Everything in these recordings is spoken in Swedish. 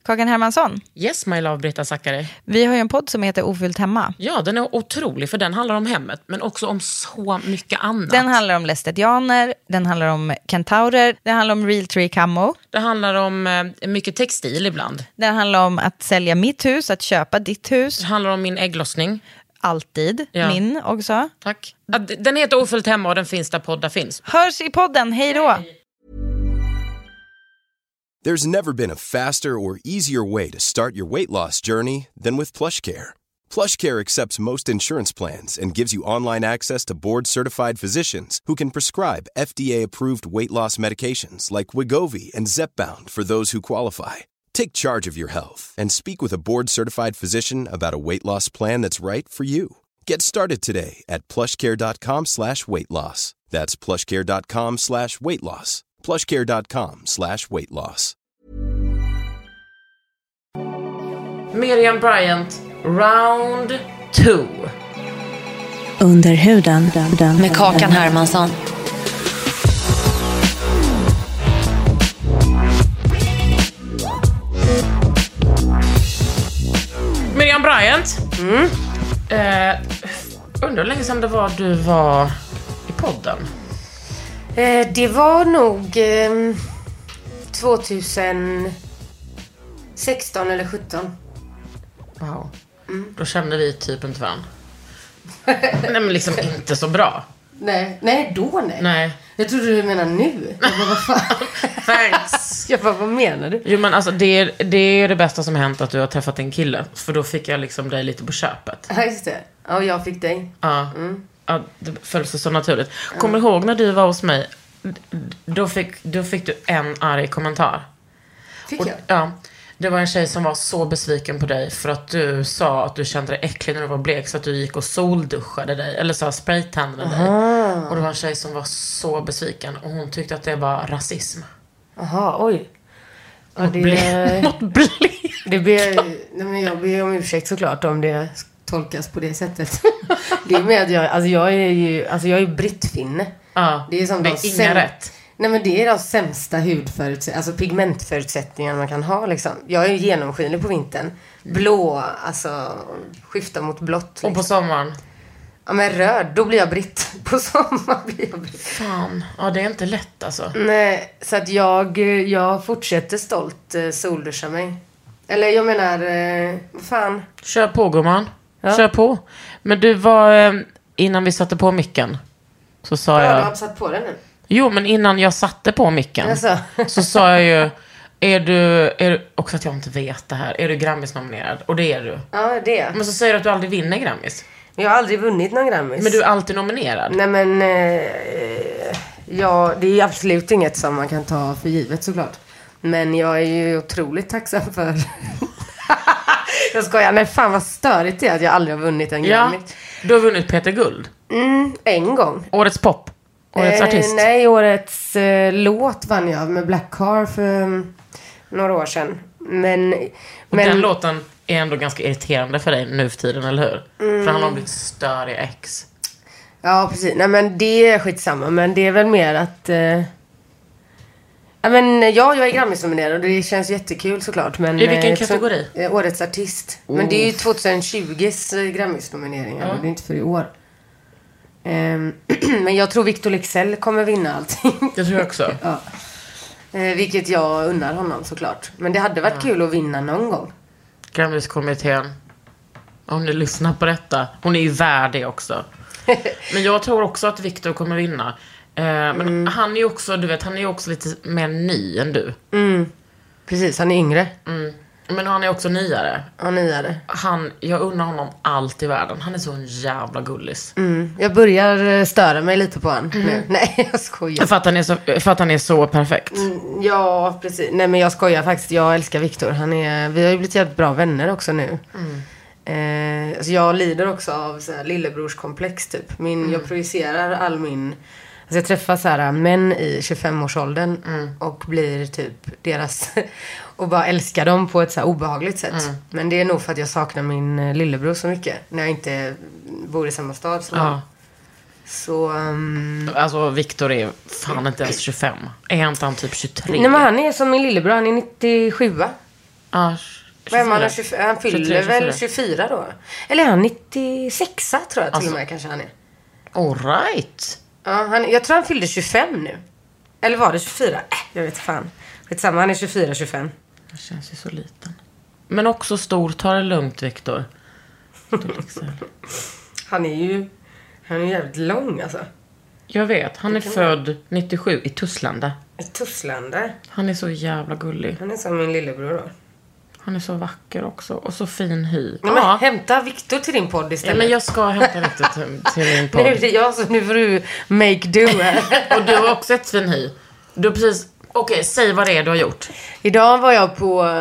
Kakan Hermansson. Yes, my love, Britta Zackari. Vi har ju en podd som heter Ofyllt hemma. Ja, den är otrolig för den handlar om hemmet, men också om så mycket annat. Den handlar om lästetianer, den handlar om kentaurer, den handlar om real tree camo. Det handlar om mycket textil ibland. Den handlar om att sälja mitt hus, att köpa ditt hus. Det handlar om min ägglossning. Alltid, min också. Tack. Den heter Ofyllt hemma och den finns där poddar finns. Hörs i podden, hej då! There's never been a faster or easier way to start your weight loss journey than with PlushCare. PlushCare accepts most insurance plans and gives you online access to board-certified physicians who can prescribe FDA-approved weight loss medications like Wegovy and Zepbound for those who qualify. Take charge of your health and speak with a board-certified physician about a weight loss plan that's right for you. Get started today at plushcare.com/weightloss. That's plushcare.com/weightloss. plushcare.com/weightloss. Miriam Bryant, round 2. Under huden med Kakan Hermansson. Miriam Bryant. Undrar hur länge sedan det var du var i podden? Det var nog 2016 eller 17. Wow. Då kände vi typ inte varandra. Nej, men liksom inte så bra. Nej. Jag trodde du menade nu. Jag bara, vad fan? Thanks. Jag bara, vad menar du? Jo, men alltså det är det bästa som hänt att du har träffat en kille. För då fick jag liksom dig lite på köpet. Ja, just det. Ja, och jag fick dig. Ja. Ja, det föll sig så naturligt. Kommer du ihåg när du var hos mig? Då fick du en arg kommentar. Fick jag? Ja. Det var en tjej som var så besviken på dig för att du sa att du kände dig äcklig när du var blek, så att du gick och solduschade dig eller så spraytannade dig. Och det var en tjej som var så besviken och hon tyckte att det var rasism. Jaha, oj. Mot blek. Det blir, nej, men jag ber om ursäkt såklart om det tolkas på det sättet. Det är med att jag är ju brittfinne. Ja, det är som det är inga rätt. Nej, men det är de sämsta pigmentförutsättningarna man kan ha liksom. Jag är ju genomskinlig på vintern. Blå, alltså skifta mot blått liksom. Och på sommaren? Ja, men röd, då blir jag britt. På sommaren blir jag britt. Fan, ja, det är inte lätt alltså. Nej, så att jag fortsätter stolt solduscha mig. Eller jag menar, vad fan. Kör på, gumman. Ja. Kör på. Men du var, innan vi satte på micken så sa jag... Du har satt på den nu. Jo, men innan jag satte på micken alltså. Så sa jag ju, är du, också att jag inte vet det här, är du Grammis-nominerad? Och det är du. Ja, det är. Men så säger du att du aldrig vinner Grammis. Jag har aldrig vunnit någon Grammis. Men du är alltid nominerad. Nej, men ja, det är absolut inget som man kan ta för givet såklart. Men jag är ju otroligt tacksam för... Jag skojar, nej fan vad störigt det är att jag aldrig har vunnit en Grammis. Ja, du har vunnit Peter Guld. En gång. Årets pop. Årets artist. Nej, årets låt vann jag med Black Car för några år sedan. Men den låten är ändå ganska irriterande för dig nu för tiden, eller hur? För han har blivit större ex. Ja, precis. Nej, men det är skitsamma. Men det är väl mer att... jag är Grammis-nominerad och det känns jättekul såklart. Men, i vilken kategori? Årets artist. Men det är ju 2020s Grammis-nomineringar. Och det är inte för i år. Men jag tror Victor Leksell kommer vinna allting. Det tror jag också. Ja. Vilket jag unnar honom såklart. Men det hade varit kul att vinna någon gång. Grammis-kommittén, om ni lyssnar på detta, hon är ju värd det också. Men jag tror också att Victor kommer vinna. Men han är ju också, du vet, han är ju också lite mer ny än du. Precis, han är yngre. Men han är också nyare. Ja, nyare. Jag undrar honom allt i världen. Han är så en jävla gullis. Jag börjar störa mig lite på han nu. Nej, jag skojar. För att han är så perfekt. Ja, precis. Nej, men jag skojar faktiskt. Jag älskar Victor. Vi har ju blivit jävligt bra vänner också nu. Alltså jag lider också av så här lillebrorskomplex typ. Jag projicerar all min... Alltså jag träffar så här män i 25-årsåldern och blir typ deras... och bara älskar dem på ett så här obehagligt sätt. Men det är nog för att jag saknar min lillebror så mycket. När jag inte bor i samma stad som han. Så... Alltså Victor är fan inte ens 25. Är inte han typ 23? Nej, men han är som min lillebror. Han är 97. Ja, 24. Han fyller 23, väl 24 då. Eller är han 96 tror jag till och med kanske han är. All right. Ja, jag tror han fyllde 25 nu. Eller var det 24? Jag vet fan. Skitsamma, han är 24-25. Han känns ju så liten. Men också stor. Ta det lugnt, Viktor. Han är ju jävligt lång alltså. Jag vet, han är född 97 i Tusslanda. I Tusslanda? Han är så jävla gullig. Han är som min lillebror då. Han är så vacker också. Och så fin hy. Ja, men hämta Viktor till din podd istället. Ja, men jag ska hämta Viktor till din podd. Nu är det jag, så nu får du make do här. Och du har också ett fin hy. Du har precis... Okej, säg vad det är du har gjort. Idag var jag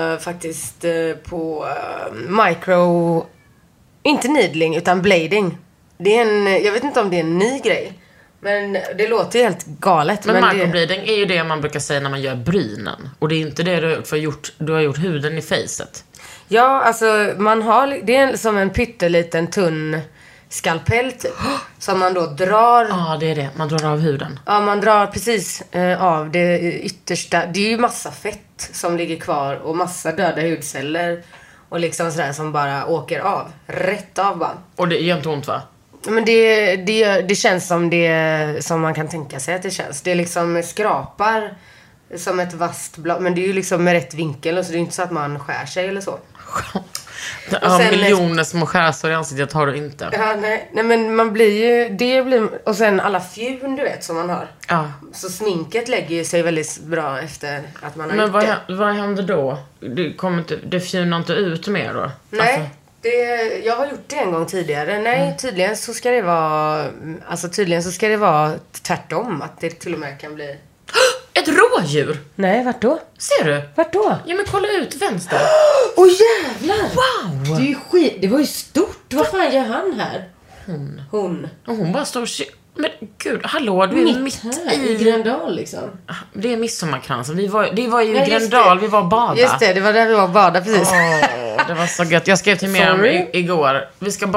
på micro... Inte needling, utan blading. Det är jag vet inte om det är en ny grej. Men det låter helt galet. Men microblading är ju det man brukar säga när man gör brynen. Och det är inte det du har gjort. Du har gjort huden i facet. Ja, alltså det är som en pytteliten tunn skalpell typ. Som man då drar. Ja, det är det. Man drar av huden. Ja, man drar precis av det yttersta. Det är ju massa fett som ligger kvar. Och massa döda hudceller. Och liksom sådär som bara åker av. Rätt av bara. Och det gör inte ont, va? Men det känns som det som man kan tänka sig att det känns. Det är liksom skrapar som ett vasst blad. Men det är ju liksom med rätt vinkel. Och så det är inte så att man skär sig eller så. Ja, miljoner små skärsår i ansiktet har du inte. Ja, nej, men man blir ju... och sen alla fjun du vet som man har. Ja. Så sminket lägger ju sig väldigt bra efter att man har gjort det. Men vad händer då? Det fjunar inte ut mer då? Nej, alltså. Jag har gjort det en gång tidigare. Nej, tydligen så ska det vara... Alltså tydligen så ska det vara tvärtom. Att det till och med kan bli... Ett rådjur? Nej, vart då? Ser du? Vart då? Ja, men kolla ut vänster. Åh jävlar! Wow! Det är ju det var ju stort. Vad fan gör han här? Hon. Och hon bara står... Men gud, hallå, du är mitt i Gröndal liksom. Det är midsommarkransen. Det var ju i Gröndal, vi var bada. Just det var där vi var bada precis. Det var så gött. Jag skrev till Miriam igår. Vi ska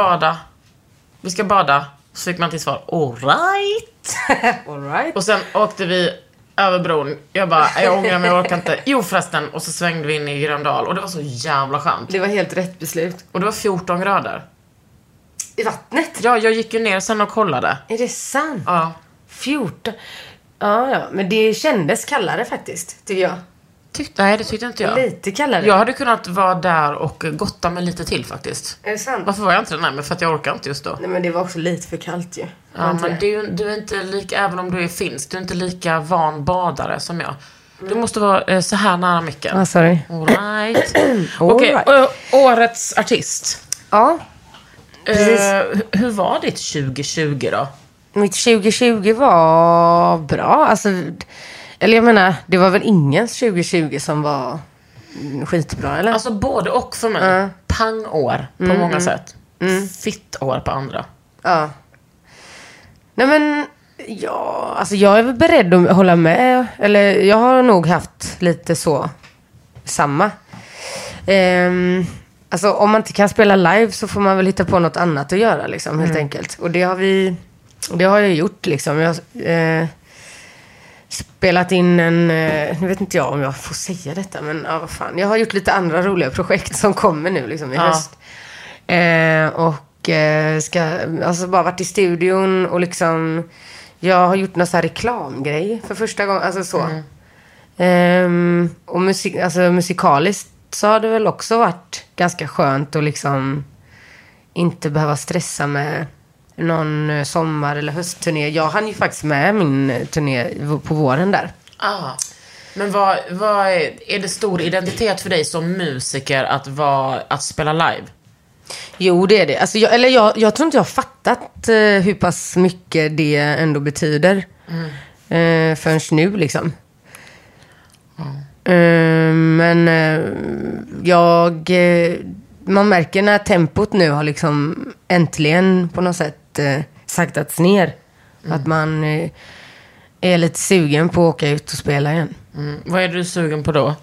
bada. Så fick man till svar, all right. Och sen åkte vi över bron. Jag ångrar mig, jag orkar inte. Jo förresten. Och så svängde vi in i Gröndal. Och det var så jävla skönt. Det var helt rätt beslut. Och det var 14 grader. I vattnet? Ja, jag gick ju ner sen och kollade. Är det sant? Ja. 14? Ja. Men det kändes kallare faktiskt, tycker jag. Nej, det tyckte inte jag. Lite kallare. Jag hade kunnat vara där och gotta mig lite till faktiskt. Är det sant? Varför var jag inte det? Nej, men för att jag orkar inte just då. Nej, men det var också lite för kallt ju. Ja, men du är inte lika, även om du är finsk, du är inte lika van badare som jag. Du måste vara så här nära micken. Ah, sorry. All right. Okej, årets artist. Ja. Hur var ditt 2020 då? Mitt 2020 var bra. Alltså, eller jag menar, det var väl ingens 2020 som var skitbra, eller? Alltså både och för mig. Pangår på många sätt. Fitt-år på andra. Ja. Nej men, ja, alltså jag är väl beredd att hålla med. Eller jag har nog haft lite så samma. Alltså om man inte kan spela live så får man väl hitta på något annat att göra liksom, helt enkelt. Och det har jag gjort liksom. Jag har spelat in nu vet inte jag om jag får säga detta, men ja, vad fan. Jag har gjort lite andra roliga projekt som kommer nu liksom i höst. Och alltså bara varit i studion och liksom jag har gjort någon så här reklamgrej för första gången, alltså så. Och musikaliskt så har det väl också varit ganska skönt att liksom inte behöva stressa med någon sommar- eller höstturné. Jag hann ju faktiskt med min turné på våren där. Men vad är det stor identitet för dig som musiker att spela live? Jo, det är det. Alltså jag tror inte jag har fattat hur pass mycket det ändå betyder förrän nu liksom. Men man märker när tempot nu har liksom äntligen på något sätt saktats ner. Att man är lite sugen på att åka ut och spela igen. Vad är du sugen på då?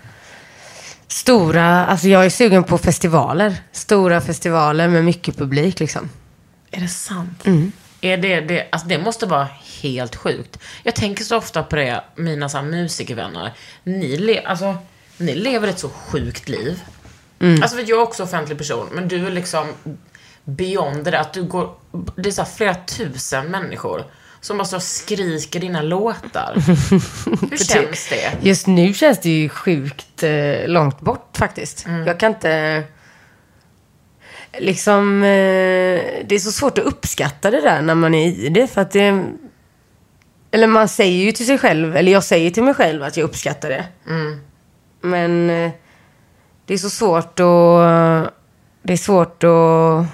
Alltså jag är sugen på festivaler. Stora festivaler med mycket publik liksom. Är det sant? Är det alltså det måste vara helt sjukt. Jag tänker så ofta på det, mina så här musikervänner. ni lever ett så sjukt liv. Alltså för jag är också offentlig person, men du är liksom beyond det, att du går, det är så här flera tusen människor som bara så skriker dina låtar. Hur känns det? Just nu känns det ju sjukt långt bort faktiskt. Jag kan inte liksom det är så svårt att uppskatta det där när man är i det, för att det, eller man säger ju till sig själv, eller jag säger till mig själv att jag uppskattar det. Men det är så svårt att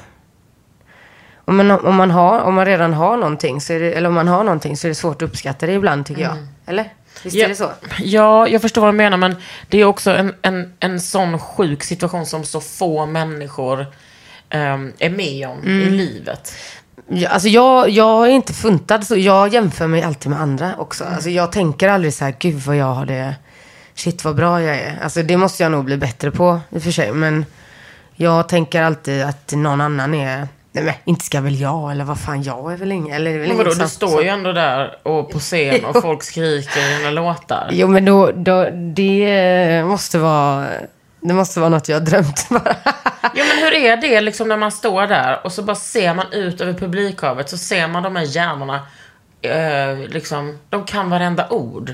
om man redan har någonting så är det, eller om man har någonting så är det svårt att uppskatta det ibland, tycker jag. Eller? Visst är det så? Ja, jag förstår vad du menar, men det är också en sån sjuk situation som så få människor är med om i livet. Ja, alltså jag är inte funtad, så jag jämför mig alltid med andra också. Alltså jag tänker aldrig så här, gud vad jag har det, shit vad bra jag är. Alltså det måste jag nog bli bättre på i och för sig, men jag tänker alltid att någon annan är, nej men inte ska väl jag, eller vad fan, jag är väl ingen, eller det är väl men vadå, du står ju ändå där och på scen och folk skriker dina låtar. Jo, men då det måste vara något jag har drömt bara. Jo, men hur är det liksom när man står där och så bara ser man ut över publikhavet, så ser man de här hjärnorna liksom, de kan varenda ord.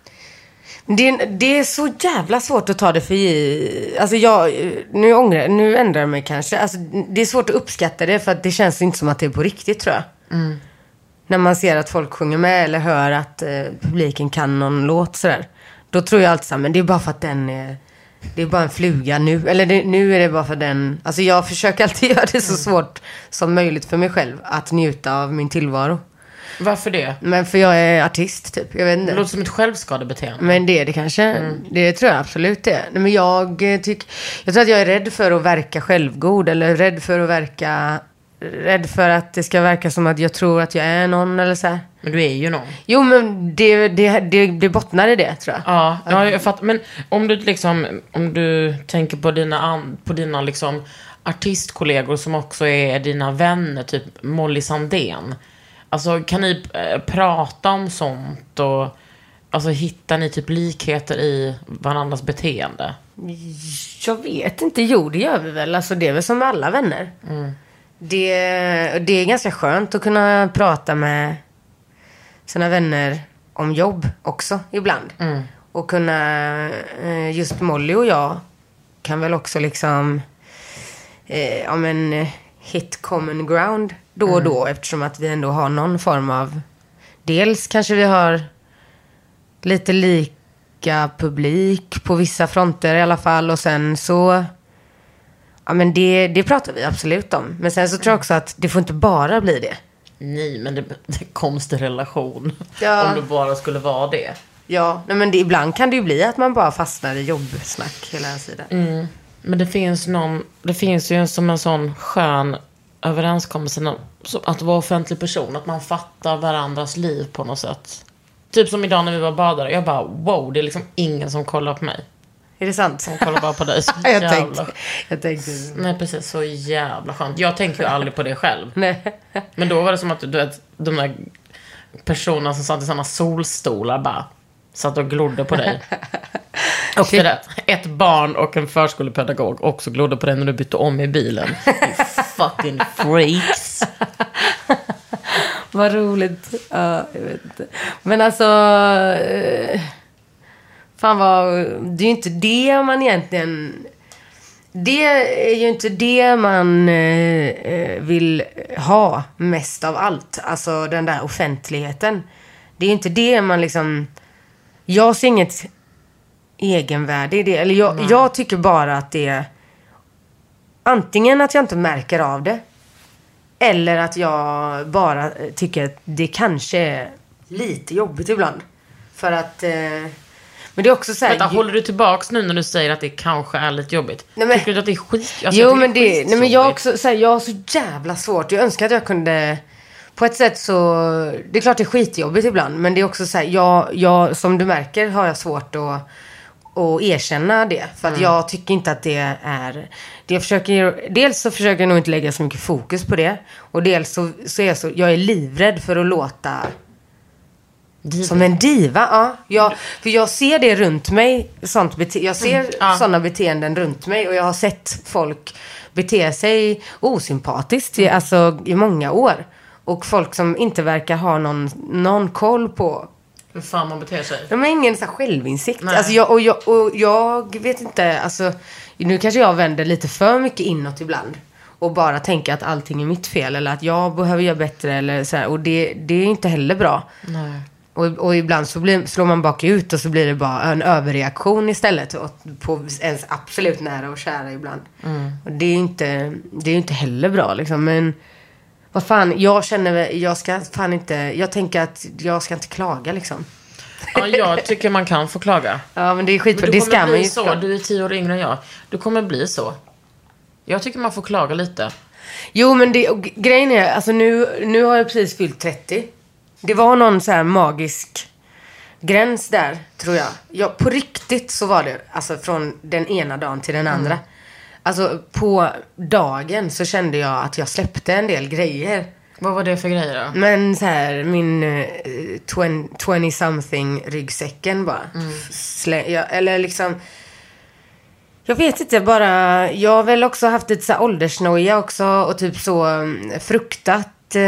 Det är så jävla svårt att ta det för alltså nu ändrar jag mig kanske. Alltså det är svårt att uppskatta det, för att det känns inte som att det är på riktigt, tror jag. När man ser att folk sjunger med eller hör att publiken kan någon låt sådär, då tror jag alltid så här, men det är bara för att det är bara en fluga nu. Eller nu är det bara för den. Alltså jag försöker alltid göra det så svårt som möjligt för mig själv att njuta av min tillvaro. Varför det? Men för jag är artist typ, jag vet inte. Det låter som ett självskadebeteende. Men det är det kanske. Det tror jag absolut det. Men jag tror att jag är rädd för att verka självgod. Eller rädd för att det ska verka som att jag tror att jag är någon eller så här. Men du är ju någon. Jo, men det bottnar i det, tror jag. Ja, jag fattar. Men om du tänker på dina liksom artistkollegor som också är dina vänner, typ Molly Sandén. Alltså kan ni prata om sånt, och alltså hittar ni typ likheter i varandras beteende? Jag vet inte, jo det gör vi väl. Alltså det är väl som med alla vänner. Det är ganska skönt att kunna prata med sina vänner om jobb också ibland. Och kunna, just Molly och jag kan väl också liksom hit common ground då och då, eftersom att vi ändå har någon form av, dels kanske vi har lite lika publik på vissa fronter i alla fall, och sen så ja, men det pratar vi absolut om. Men sen så tror jag också att det får inte bara bli det. Nej, men det är konstig relation. Ja. Om det bara skulle vara det. Ja, men ibland kan det ju bli att man bara fastnar i jobbsnack hela tiden. Men det finns ju som en sån skön överenskommelse att vara offentlig person, att man fattar varandras liv på något sätt. Typ som idag när vi var badare. Jag bara, wow, det är liksom ingen som kollar på mig. Är det sant? Som kollar bara på dig. Så jag tänkte. Nej, precis, så jävla skönt. Jag tänker ju aldrig på det själv. Nej. Men då var det som att du vet, de där personerna som satt i såna solstolar bara satt och glodde på dig. Och det där, ett barn och en förskolepedagog också glodde på dig när du bytte om i bilen. You fucking freaks. Vad roligt. Ja, jag vet inte. Men alltså fan vad, det är ju inte det man egentligen, det är ju inte det man vill ha mest av allt. Alltså den där offentligheten. Det är ju inte det man liksom, jag ser inget egenvärde i det. Eller jag tycker bara att det är antingen att jag inte märker av det, eller att jag bara tycker att det kanske är lite jobbigt ibland. För att men det är också så här, håller du tillbaks nu när du säger att det kanske är lite jobbigt? Nej, men, tycker du att det är skit? Alltså, jo, men nej, men jag också så här, jag har så jävla svårt. Jag önskar att jag kunde på ett sätt, så det är klart det är skitjobbigt ibland, men det är också så här, jag som du märker har jag svårt att erkänna det, för att jag tycker inte att det är det. Dels så försöker jag nog inte lägga så mycket fokus på det, och dels så är jag livrädd för att låta Diva. Som en diva, ja. För jag ser det runt mig. Jag ser sådana beteenden runt mig. Och jag har sett folk bete sig osympatiskt i många år. Och folk som inte verkar ha någon koll på hur fan man beter sig. De har ingen så här självinsikt. Nej. Alltså jag vet inte, alltså nu kanske jag vänder lite för mycket inåt ibland och bara tänker att allting är mitt fel eller att jag behöver göra bättre eller så här, och det är inte heller bra. Nej. Och ibland så slår man bakut och så blir det bara en överreaktion istället på ens absolut nära och kära ibland. Och det är inte heller bra liksom, men vad fan, jag tänker att jag ska inte klaga liksom. Ja, jag tycker man kan få klaga. Ja, men det är skitbra. Men det ska man ju så. Du är 10 år yngre än jag. Du kommer bli så. Jag tycker man får klaga lite. Jo, men grejen är, alltså nu har jag precis fyllt 30. Det var någon så här magisk gräns där, tror jag. På riktigt så var det, alltså från den ena dagen till den andra. Alltså på dagen så kände jag att jag släppte en del grejer. Vad var det för grejer då? Men så här, min 20-something ryggsäcken bara. Eller liksom, jag vet inte, bara jag har väl också haft lite så här åldersnoja också och typ så fruktat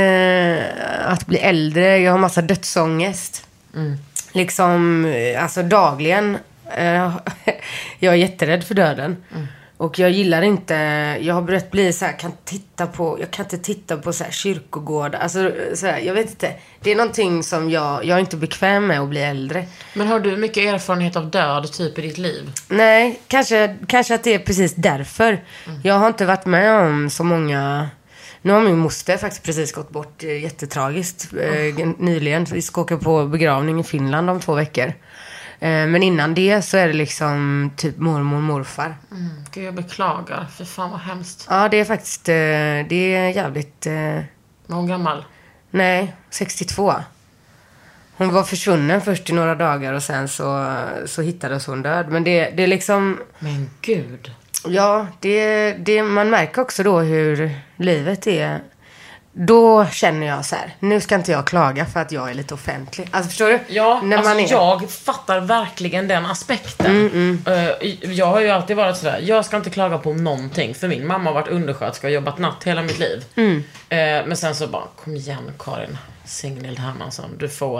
att bli äldre. Jag har massa dödsångest. Liksom, alltså dagligen. Jag är jätterädd för döden. Och jag gillar inte, jag har börjat bli så här, jag kan inte titta på så här kyrkogårdar. Alltså så här, jag vet inte. Det är någonting som jag är inte bekväm med att bli äldre. Men har du mycket erfarenhet av död typ i ditt liv? Nej, kanske att det är precis därför. Jag har inte varit med om så många. Nu har min moster faktiskt precis gått bort, jättetragiskt nyligen. Vi ska åka på begravning i Finland om 2 veckor. Men innan det så är det liksom typ mormor och morfar. Gud, jag beklagar. För fan vad hemskt. Ja, det är faktiskt, det är jävligt. Var hon gammal? Nej, 62. Hon var försvunnen först i några dagar och sen så hittades hon död. Men det är liksom. Men gud. Ja, det man märker också då hur livet är. Då känner jag så här, nu ska inte jag klaga för att jag är lite offentlig. Alltså förstår du? Ja, när alltså man är. jag fattar verkligen den aspekten. Jag har ju alltid varit sådär, jag ska inte klaga på någonting. För min mamma har varit undersköterska och jobbat natt hela mitt liv. Men sen så bara, kom igen Karin Signhild Hermansson,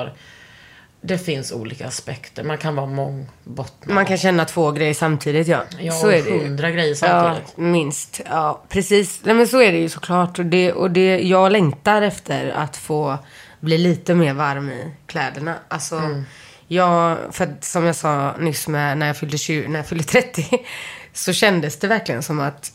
det finns olika aspekter. Man kan vara mångbottnad. Man kan känna 2 grejer samtidigt, ja. Ja, så är det 100 grejer samtidigt. Ja, minst. Ja, precis. Nej, men så är det ju såklart. Och jag längtar efter att få bli lite mer varm i kläderna. Alltså, för att, som jag sa nyss när jag fyllde 30, så kändes det verkligen som att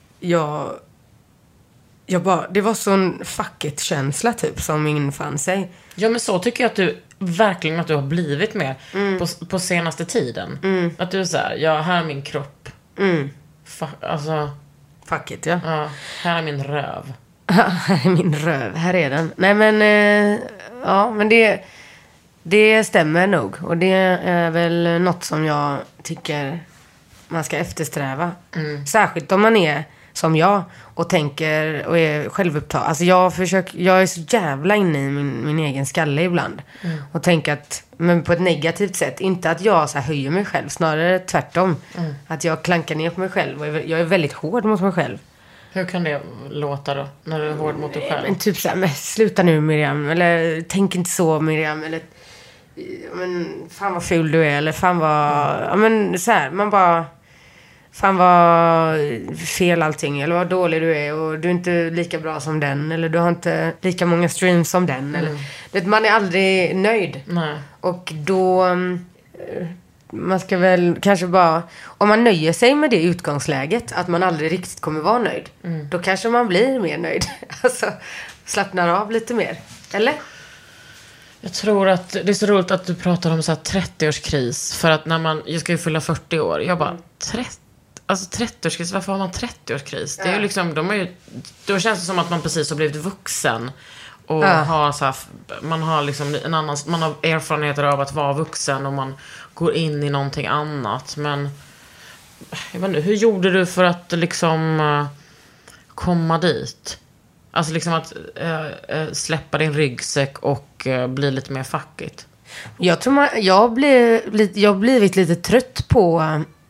det var sån fuck it-känsla typ som infann sig. Ja, men så tycker jag att du verkligen att du har blivit mer på senaste tiden. Att du är så här, här är min kropp. Alltså, fuck it, ja. Här är min röv. Här är min röv, här är den. Nej men, men det stämmer nog. Och det är väl något som jag tycker man ska eftersträva. Särskilt om man är som jag och tänker och är självupptagen. Alltså jag är så jävla inne i min egen skalle ibland. Och tänker men på ett negativt sätt. Inte att jag så här höjer mig själv, snarare tvärtom. Att jag klankar ner på mig själv. Och jag är väldigt hård mot mig själv. Hur kan det låta då, när du är hård mot dig själv? Men typ så här, men sluta nu Miriam. Eller tänk inte så Miriam. Eller, men fan vad ful du är. Eller fan vad, ja men så här, man bara. Fan vad fel allting. Eller vad dålig du är. Och du är inte lika bra som den. Eller du har inte lika många streams som den. Eller, man är aldrig nöjd. Nej. Och då. Man ska väl kanske bara. Om man nöjer sig med det utgångsläget. Att man aldrig riktigt kommer vara nöjd. Då kanske man blir mer nöjd. Alltså slappnar av lite mer. Eller? Jag tror att det är så roligt att du pratar om så här 30-årskris. För att jag ska ju fylla 40 år. Jag bara 30-årskris, varför har man 30-årskris? Det är ju liksom, då känns det som att man precis har blivit vuxen. Och har så här, man har liksom man har erfarenheter av att vara vuxen. Och man går in i någonting annat. Men jag vet inte, hur gjorde du för att liksom komma dit? Alltså liksom att släppa din ryggsäck och bli lite mer fackigt. Jag tror jag har blivit lite trött på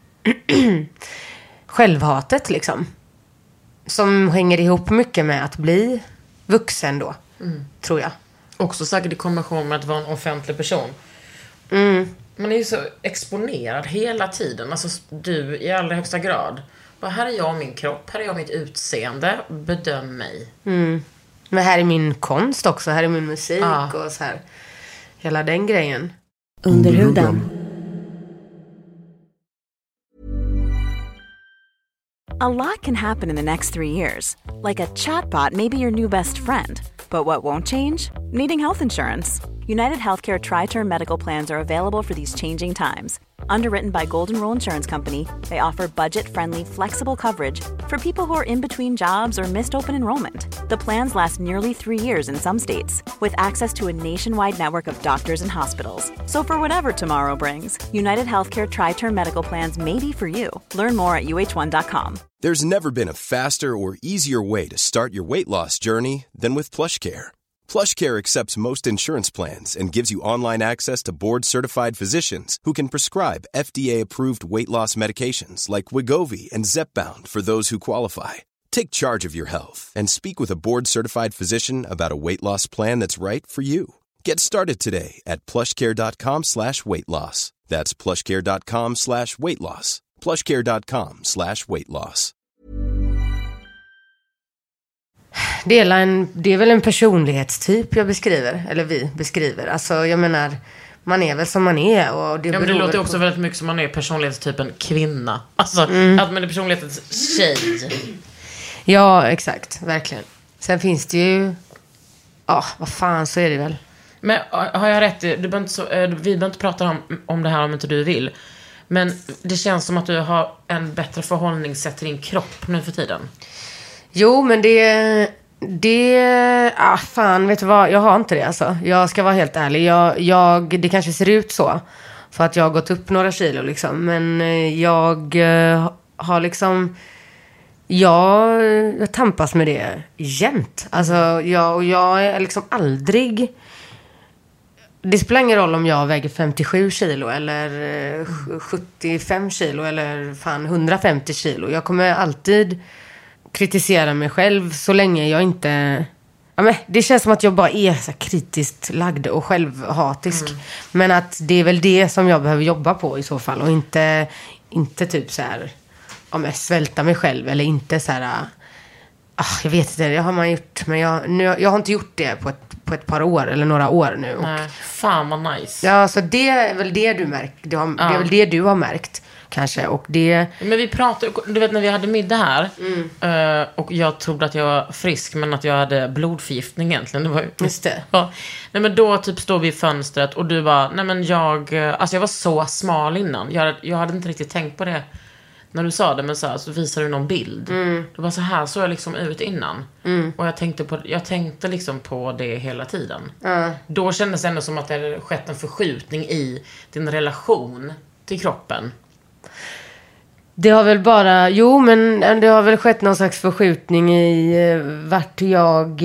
självhatet liksom. Som hänger ihop mycket med att bli vuxen då, tror jag. Också säkert i kombination med att vara en offentlig person. Man är ju så exponerad hela tiden. Alltså du i allra högsta grad. Bara, här är jag min kropp, här är jag mitt utseende. Bedöm mig. Men här är min konst också, här är min musik och så här. Hela den grejen. Under huden. A lot can happen in the next 3 years. Like a chatbot may be your new best friend. But what won't change? Needing health insurance. United Healthcare Tri-Term Medical Plans are available for these changing times. Underwritten by Golden Rule Insurance Company, they offer budget-friendly, flexible coverage for people who are in between jobs or missed open enrollment. The plans last nearly 3 years in some states, with access to a nationwide network of doctors and hospitals. So for whatever tomorrow brings, United Healthcare Tri-Term Medical Plans may be for you. Learn more at uh1.com. There's never been a faster or easier way to start your weight loss journey than with PlushCare. PlushCare accepts most insurance plans and gives you online access to board-certified physicians who can prescribe FDA-approved weight loss medications like Wegovy and Zepbound for those who qualify. Take charge of your health and speak with a board-certified physician about a weight loss plan that's right for you. Get started today at plushcare.com/weightloss. That's plushcare.com/weightloss. plushcare.com/weightloss. Det är väl en personlighetstyp jag beskriver, eller vi beskriver. Alltså jag menar, man är väl som man är. Och men det låter också väldigt mycket som man är personlighetstypen kvinna. Alltså att man är personlighetens tjej. Ja, exakt, verkligen. Sen finns det ju, vad fan, så är det väl. Men har jag rätt? Vi behöver inte prata om det här om inte du vill. Men det känns som att du har en bättre förhållningssätt till din kropp nu för tiden. Jo, men fan, vet du vad? Jag har inte det alltså. Jag ska vara helt ärlig. Det kanske ser ut så. För att jag har gått upp några kilo liksom. Men jag har liksom... Jag tampas med det jämt. Alltså, jag är liksom aldrig... Det spelar ingen roll om jag väger 57 kilo eller 75 kilo eller fan 150 kilo. Jag kommer alltid kritisera mig själv så länge jag inte... Ja, men det känns som att jag bara är så kritiskt lagd och självhatisk. Men att det är väl det som jag behöver jobba på i så fall. Och inte typ så här... svälta mig själv eller inte så här... jag vet inte, det har man gjort. Men jag har inte gjort det på ett par år eller några år nu. Nej, fan vad nice. Ja, så det är väl det du märkt. Det är väl det du har märkt kanske. Och det... Men vi pratade, du vet när vi hade middag här och jag trodde att jag var frisk men att jag hade blodförgiftning egentligen. Det var just det. Ja. Nej, men då typ står vi i fönstret och du bara, nej men jag var så smal innan. Jag hade inte riktigt tänkt på det när du sa det, men så visar du någon bild. Det var så här så jag liksom ut innan. Och jag tänkte liksom på det hela tiden. Då kändes det ändå som att det hade skett en förskjutning i din relation till kroppen. Det har väl bara... Jo, men det har väl skett någon slags förskjutning i vart jag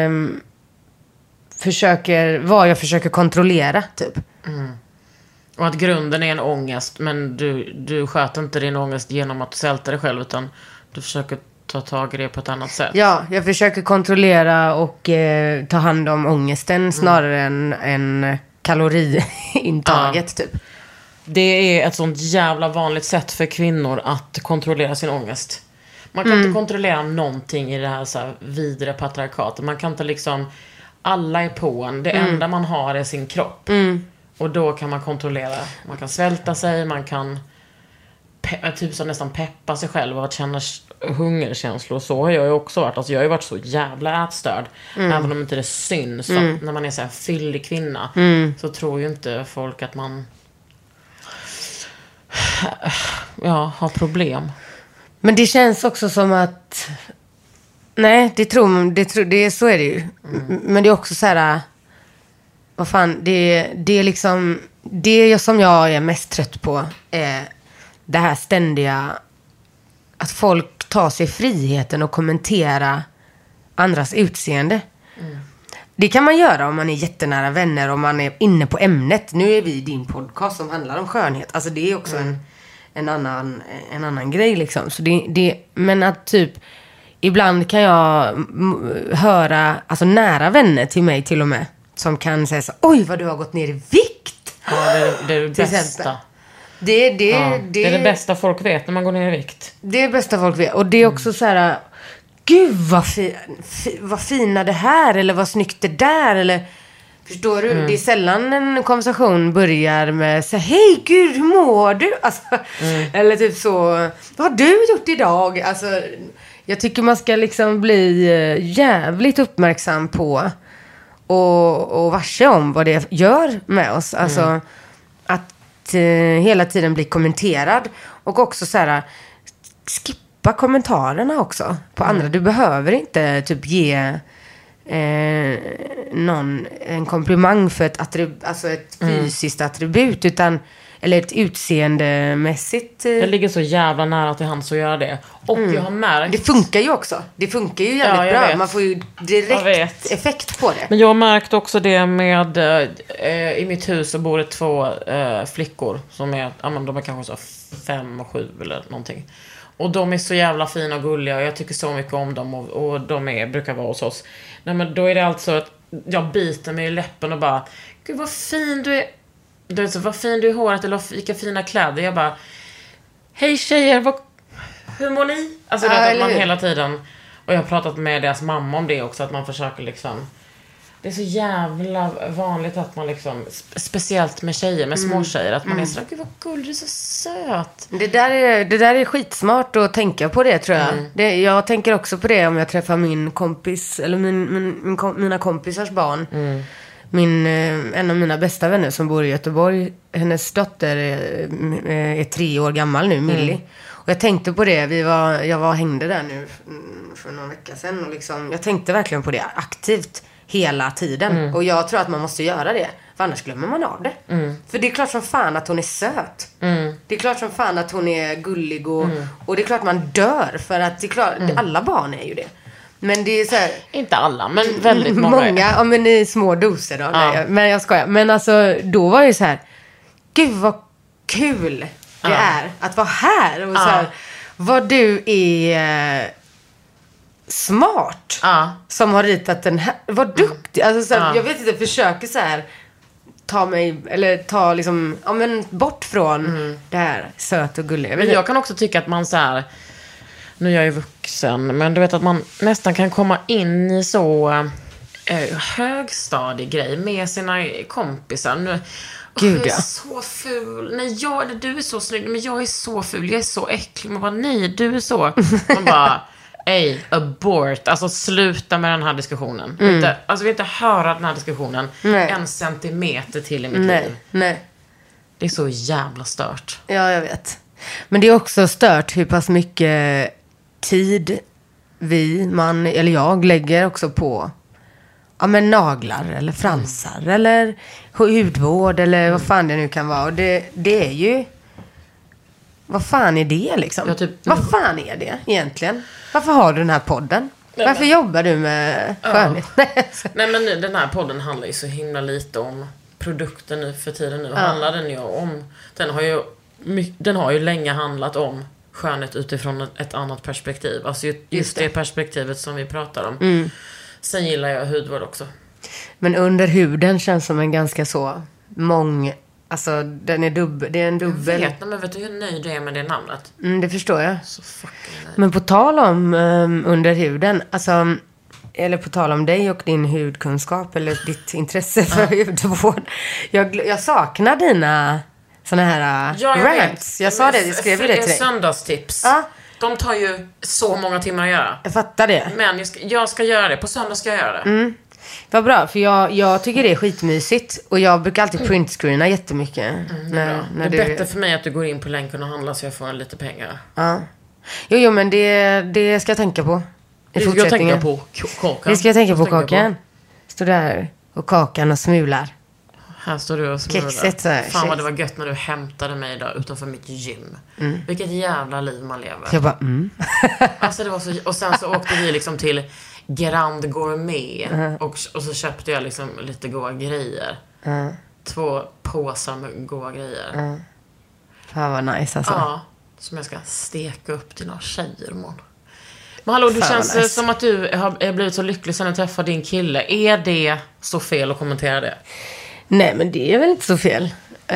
försöker kontrollera, typ. Och att grunden är en ångest, men du sköter inte din ångest genom att svälta dig själv, utan du försöker ta tag i det på ett annat sätt. Ja, jag försöker kontrollera och ta hand om ångesten snarare än kaloriintaget, typ. Det är ett sånt jävla vanligt sätt för kvinnor att kontrollera sin ångest. Man kan inte kontrollera någonting i det här så här vidre patriarkatet. Man kan inte liksom... Alla är på en. Det enda man har är sin kropp. Och då kan man kontrollera. Man kan svälta sig, man kan typ så nästan peppa sig själv och att känna hungerkänslor. Så har jag ju också varit. Alltså jag har ju varit så jävla ätstörd. Även om inte det syns. För att när man är så här fyllig kvinna så tror ju inte folk att man har problem. Men det känns också som att... Nej, så är det ju. Men det är också så här... Vad fan, det är liksom... Det som jag är mest trött på är det här ständiga... Att folk tar sig friheten och kommentera andras utseende. Det kan man göra om man är jättenära vänner, om man är inne på ämnet. Nu är vi i din podcast som handlar om skönhet. Alltså det är också en annan grej liksom. Så men att typ ibland kan jag höra alltså nära vänner till mig till och med som kan säga så: oj vad du har gått ner i vikt. Ja, det är det bästa. Det är det bästa folk vet när man går ner i vikt. Det är det bästa folk vet. Och det är också så här: gud vad fina det här, eller vad snyggt det där, eller förstår du? Det är sällan en konversation börjar med så: hej gud, hur mår du? Alltså, eller typ så: vad har du gjort idag? Alltså, jag tycker man ska liksom bli jävligt uppmärksam på och varse om vad det gör med oss. Alltså att hela tiden bli kommenterad, och också så här skippa kommentarerna också på andra. Du behöver inte typ ge någon en komplimang för ett fysiskt attribut, utan eller ett utseendemässigt. Det ligger så jävla nära till hands att göra det. Och jag har märkt... Det funkar ju också. Det funkar ju jävligt bra. Man får ju direkt effekt på det. Men jag har märkt också det med... I mitt hus så bor det 2 flickor som är... de är kanske så 5 och 7 eller någonting. Och de är så jävla fina och gulliga. Och jag tycker så mycket om dem. Och de brukar vara hos oss. Nej, men då är det alltså att jag biter mig i läppen och bara... Gud vad fin du är. Du är så, vad fin du är i håret, eller vilka fina kläder. Jag bara, hej tjejer, hur mår ni? Alltså det att man hela tiden. Och jag har pratat med deras mamma om det också, att man försöker liksom. Det är så jävla vanligt att man liksom, speciellt med tjejer, med små tjejer, att man är så, gud vad gullig, du är så söt. Det där är skitsmart att tänka på det, tror jag. Jag tänker också på det om jag träffar min kompis, eller mina kompisars barn. En av mina bästa vänner som bor i Göteborg, hennes dotter är 3 år gammal nu, Millie. Och jag tänkte på det, jag var och hängde där nu för någon vecka sedan, och liksom, jag tänkte verkligen på det aktivt hela tiden. Och jag tror att man måste göra det, för annars glömmer man av det. För det är klart som fan att hon är söt. Det är klart som fan att hon är gullig, och det är klart man dör, för att det är klart, alla barn är ju det. Men det är så här, inte alla, men väldigt många. Ja, men i små doser då. Ja. Men jag skojar. Men alltså, då var det så här: gud vad kul det är att vara här. Och så här, vad du är smart som har ritat den här. Vad duktig. Alltså, så här, jag vet inte, försöker så här ta liksom, bort från det här söt och gulliga. Men jag kan också tycka att man så här, nu är jag ju vuxen, men du vet att man nästan kan komma in i så högstadig grej med sina kompisar. Nu, jag är så ful. Nej, du är så snygg, men jag är så ful. Jag är så äcklig. Man bara, nej, du är så. Man bara, ey, abort. Alltså sluta med den här diskussionen. Vi vill inte höra den här diskussionen en centimeter till i mitt liv. Nej. Det är så jävla stört. Ja, jag vet. Men det är också stört hur pass mycket tid eller jag lägger också på naglar eller fransar eller hudvård eller vad fan det nu kan vara. Och det är ju, vad fan är det liksom? Vad fan är det egentligen? Varför har du den här podden? Varför jobbar du med skönhet? Nej, men den här podden handlar ju så himla lite om produkten nu för tiden. Nu handlar den ju om, den har ju länge handlat om skönhet utifrån ett annat perspektiv. Alltså just det perspektivet som vi pratar om. Sen gillar jag hudvård också. Men under huden känns som en ganska så alltså det är en dubbel. Men vet du hur nöjd du är med det namnet? Det förstår jag. Så fucking nöjd. Men på tal om under huden, alltså, eller på tal om dig och din hudkunskap eller ditt intresse för hudvård. Jag saknar dina såna här rants. Jag sa det, jag skrev det till dig. Söndagstips. De tar ju så många timmar att göra. Jag fattar det. Men jag ska göra det. På söndag ska jag göra det. Vad bra, för jag tycker det är skitmysigt. Och jag brukar alltid printscreena jättemycket. När det är bättre för mig att du går in på länken och handlar så jag får lite pengar. Jo, men det ska jag tänka på. Det ska jag tänka på kakan. Det ska jag tänka på kakan. Står där och kakan och smular. Här står du och smular. Kexet så här. Fan vad det var gött när du hämtade mig där utanför mitt gym. Vilket jävla liv man lever. Jag bara, Alltså det var så, och sen så åkte vi liksom till Grand Gourmet. Och så köpte jag liksom lite goda grejer. 2 påsar med goda grejer. Fan vad nice alltså. Ja, som jag ska steka upp till några tjejer imorgon. Men hallå, du Fan, känns nice. som att du har blivit så lycklig sen du träffade din kille. Är det så fel att kommentera det? Nej, men det är väl inte så fel.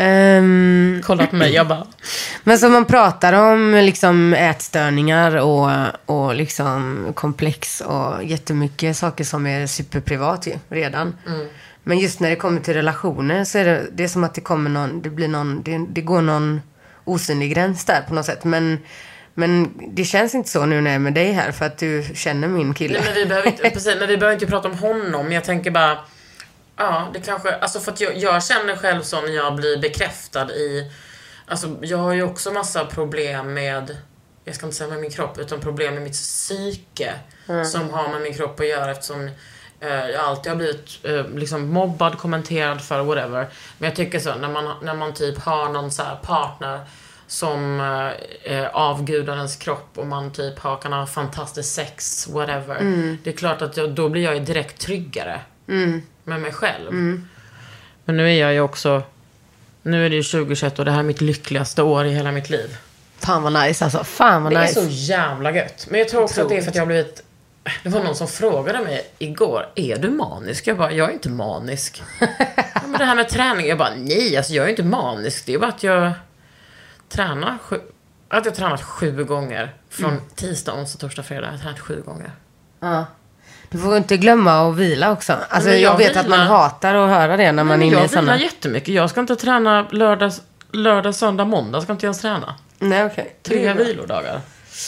Kolla på mig, jag bara... Men som man pratar om liksom ätstörningar och liksom komplex och jättemycket saker som är superprivat ju, redan. Men just när det kommer till relationer så är det är som att det kommer det går någon osynlig gräns där på något sätt. Men det känns inte så nu när jag är med dig här, för att du känner min kille. Nej, men vi behöver inte prata om honom. Men jag tänker bara... Ja, det kanske... Alltså för att jag känner själv så när jag blir bekräftad i... Alltså jag har ju också massa problem med... Jag ska inte säga med min kropp, utan problem med mitt psyke. Som har med min kropp att göra, eftersom jag alltid har blivit liksom mobbad, kommenterad för whatever. Men jag tycker så, när man typ har någon så här partner som avgudar ens kropp och man typ kan ha fantastiskt sex, whatever. Det är klart att då blir jag direkt tryggare med mig själv. Men nu är jag ju också... Nu är det ju 2021 och det här är mitt lyckligaste år i hela mitt liv. Fan vad nice alltså. Fan vad nice. Det är så jävla gött. Men jag tror också att det är för att jag har blivit... Det var någon som frågade mig igår: är du manisk? Jag bara, jag är inte manisk. Ja, men det här med träning, jag bara, nej, alltså jag är inte manisk. Det är bara att jag tränar att jag tränat 7 gånger. Från tisdag, onsdag, torsdag, fredag. Jag har tränat 7 gånger. Ja. Du får inte glömma att vila också. Alltså Men jag vet vilar. att man hatar att höra det när man är inne i Jag sådana. vilar jättemycket. Jag ska inte träna lördag, söndag, måndag. Ska inte ens träna. Nej, okej. 3 vilodagar.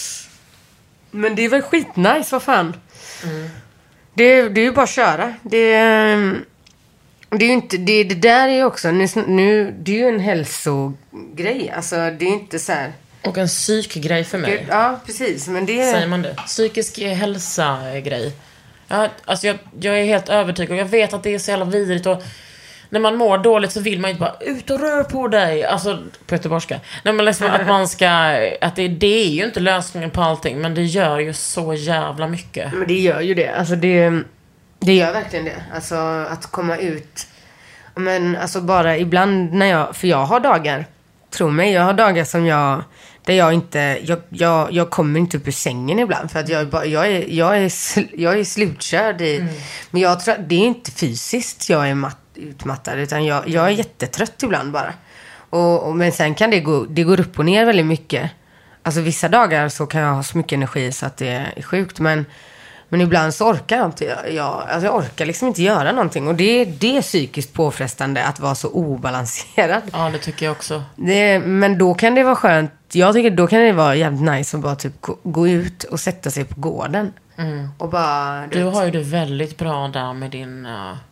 Men det är väl skitnice, vad fan. Det är ju bara att köra. Det är ju inte... Det där är ju också... Nu, det är ju en hälsogrej. Alltså det är inte så här... Och en psykgrej för mig. Ja, precis. Men det Säger man det? Psykisk hälsa-grej. Ja, alltså jag är helt övertygad. Och jag vet att det är så jävla vidrigt. Och när man mår dåligt så vill man inte bara ut och rör på dig. Alltså, på göteborgska. Nej, men liksom att man ska... Att det är ju inte lösningen på allting. Men det gör ju så jävla mycket. Men det gör ju det. Alltså det gör verkligen det. Alltså att komma ut. Men alltså bara ibland när jag har dagar. Tro mig, jag har dagar som där jag inte, jag kommer inte upp ur sängen ibland för att jag är slutkörd i, men jag tror det är inte fysiskt jag är utmattad, utan jag är jättetrött ibland bara. Men sen kan det går upp och ner väldigt mycket. Alltså vissa dagar så kan jag ha så mycket energi så att det är sjukt, men ibland så orkar jag inte. Jag orkar liksom inte göra någonting. Och det är psykiskt påfrestande att vara så obalanserad. Ja, det tycker jag också. Men då kan det vara skönt. Jag tycker då kan det vara jävligt nice att bara typ gå ut och sätta sig på gården. Och bara... Du har ju det väldigt bra där med din...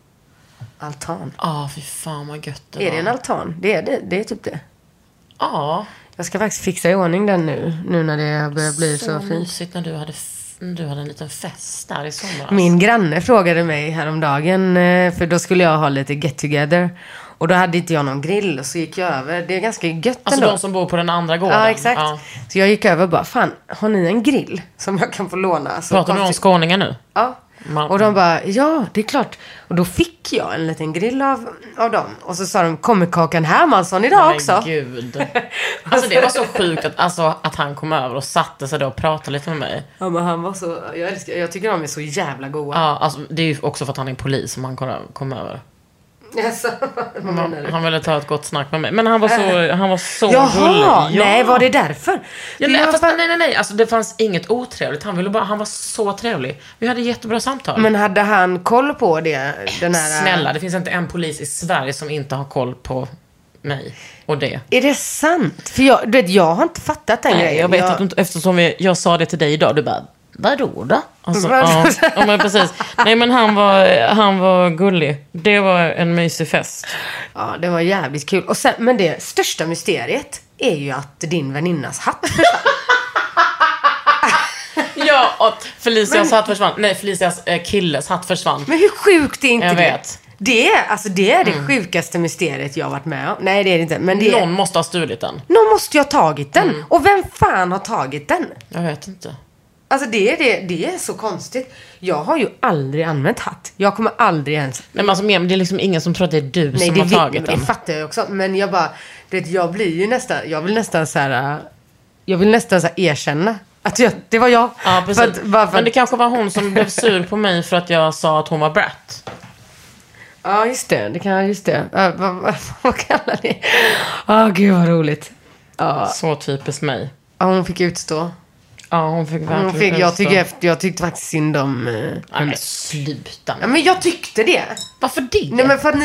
altan. Fy fan vad gött det var. Är det en altan? Det är typ det. Ja. Jag ska faktiskt fixa i ordning den nu när det börjar bli så fint. mysigt när du hade en liten fest där i somras. Min granne frågade mig häromdagen, för då skulle jag ha lite get together. Och då hade inte jag någon grill, och så gick jag över. Det är ganska gött alltså ändå. de som bor på den andra gården. Ja, exakt. Ja. Så jag gick över och bara, fan, har ni en grill som jag kan få låna? Så Pratar du om skåningar nu? Ja. Och de bara, ja, det är klart. Och då fick jag en liten grill av dem. Och så sa de, kommer Kakan Hermansson idag Men också? gud. Alltså det var så sjukt att han kom över och satte sig då och pratade lite med mig. Ja, men han var så, jag tycker de är så jävla goda. Ja, alltså det är ju också för att han är polis som han kom över. Alltså, vad menar du? Han ville ta ett gott snack med mig. Men han var så Jaha, gullig. Ja. nej, var det därför? Ja, nej. Alltså det fanns inget otrevligt. Han var så trevlig. Vi hade jättebra samtal. Men hade han koll på det? Den här... Snälla, det finns inte en polis i Sverige som inte har koll på mig och det. Är det sant? För jag har inte fattat den grejen. Jag vet att inte, eftersom jag sa det till dig idag, du bara, vadå då? Alltså, ja, men precis. Nej, men han var gullig. Det var en mysig fest. Ja, det var jävligt kul. Och sen, men det största mysteriet är ju att din väninnas hatt försvann. Ja, och Felicias hatt försvann. Nej, Felicias killes hatt försvann. Men hur sjukt är inte Jag det? vet. Det är det sjukaste mysteriet jag har varit med om. Nej, det är det inte. Men det Någon måste ha stulit den. Någon måste ju ha tagit den. Och vem fan har tagit den? Jag vet inte. Alltså det är så konstigt. Jag har ju aldrig använt hatt. Jag kommer aldrig ens... Nej, men alltså, det är liksom ingen som tror att det är du som har tagit den. Det fattar jag också. Men jag bara... jag blir ju nästan... Jag vill nästan så här erkänna att det var jag. Ja, precis. Men det kanske var hon som blev sur på mig för att jag sa att hon var brat. Ja, just det. Vad kallar ni? Gud vad roligt. Så typiskt mig. Ja, hon fick utstå. Ja, hon fick verkligen utstå. Jag tyckte faktiskt synd om... Nej, men sluta. Ja, men jag tyckte det. Varför det? Nej, men för att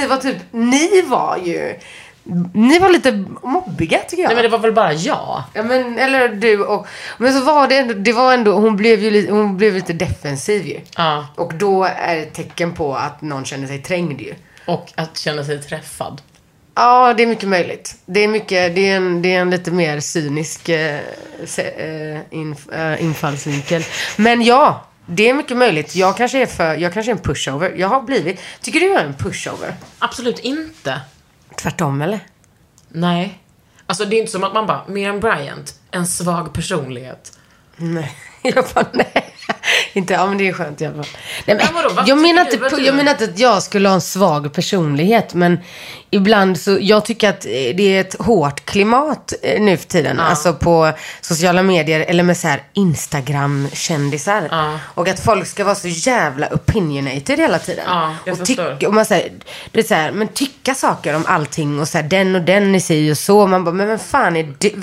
ni var lite mobbiga, tycker jag. Nej, men det var väl bara jag. Ja, men, eller du och... Men så var det var ändå... Hon blev lite defensiv ju. Ja. Och då är det ett tecken på att någon känner sig trängd ju. Och att känna sig träffad. Ja, det är mycket möjligt. Det är en lite mer cynisk infallsvinkel. Men ja, det är mycket möjligt. Jag kanske är en pushover. Jag har blivit... Tycker du jag är en pushover? Absolut inte. Tvärtom, eller? Nej. Alltså det är inte som att man bara, Miriam Bryant, en svag personlighet. Nej, jag bara nej. Inte, ja, men det är skönt i alla fall. Nej, men, vadå, jag menar inte att jag skulle ha en svag personlighet, men ibland så, jag tycker att det är ett hårt klimat nu för tiden. Alltså på sociala medier eller med så här Instagram-kändisar. Och att folk ska vara så jävla opinionated hela tiden. Och man säger, det är så här, men tycka saker om allting och så här, den är sig och så. Man bara, men vem fan är det?